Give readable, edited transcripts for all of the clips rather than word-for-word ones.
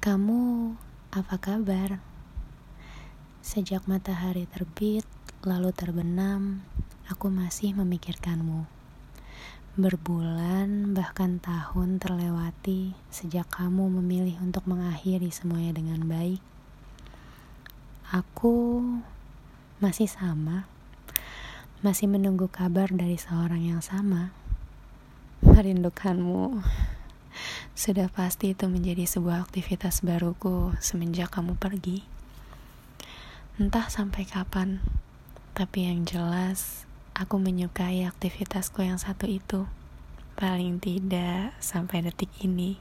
Kamu apa kabar? Sejak matahari terbit, lalu terbenam, aku masih memikirkanmu. Berbulan, bahkan tahun terlewati sejak kamu memilih untuk mengakhiri semuanya dengan baik. Aku masih sama, masih menunggu kabar dari seorang yang sama. Merindukanmu. Sudah pasti itu menjadi sebuah aktivitas baruku semenjak kamu pergi. Entah sampai kapan, tapi yang jelas aku menyukai aktivitasku yang satu itu. Paling tidak sampai detik ini.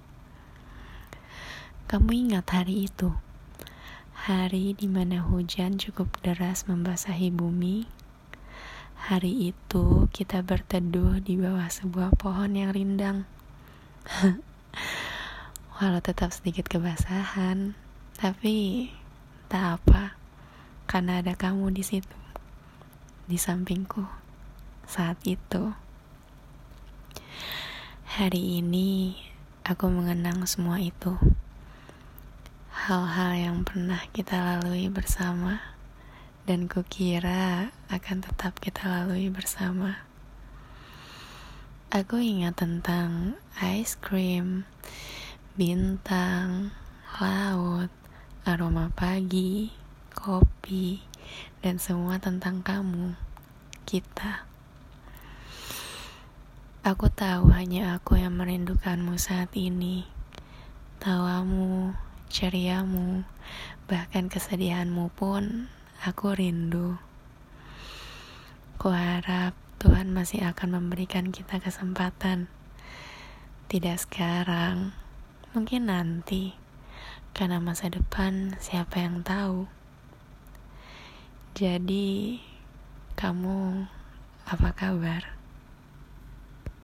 Kamu ingat hari itu? Hari di mana hujan cukup deras membasahi bumi. Hari itu kita berteduh di bawah sebuah pohon yang rindang. Walau tetap sedikit kebasahan, tapi tak apa, karena ada kamu di situ, di sampingku saat itu. Hari ini aku mengenang semua itu, hal-hal yang pernah kita lalui bersama, dan kukira akan tetap kita lalui bersama. Aku ingat tentang ice cream, bintang, laut, aroma pagi, kopi, dan semua tentang kamu, kita. Aku tahu hanya aku yang merindukanmu saat ini. Tawamu, ceriamu, bahkan kesedihanmu pun aku rindu. Kuharap Tuhan masih akan memberikan kita kesempatan. Tidak sekarang, mungkin nanti, karena masa depan siapa yang tahu. Jadi, kamu apa kabar?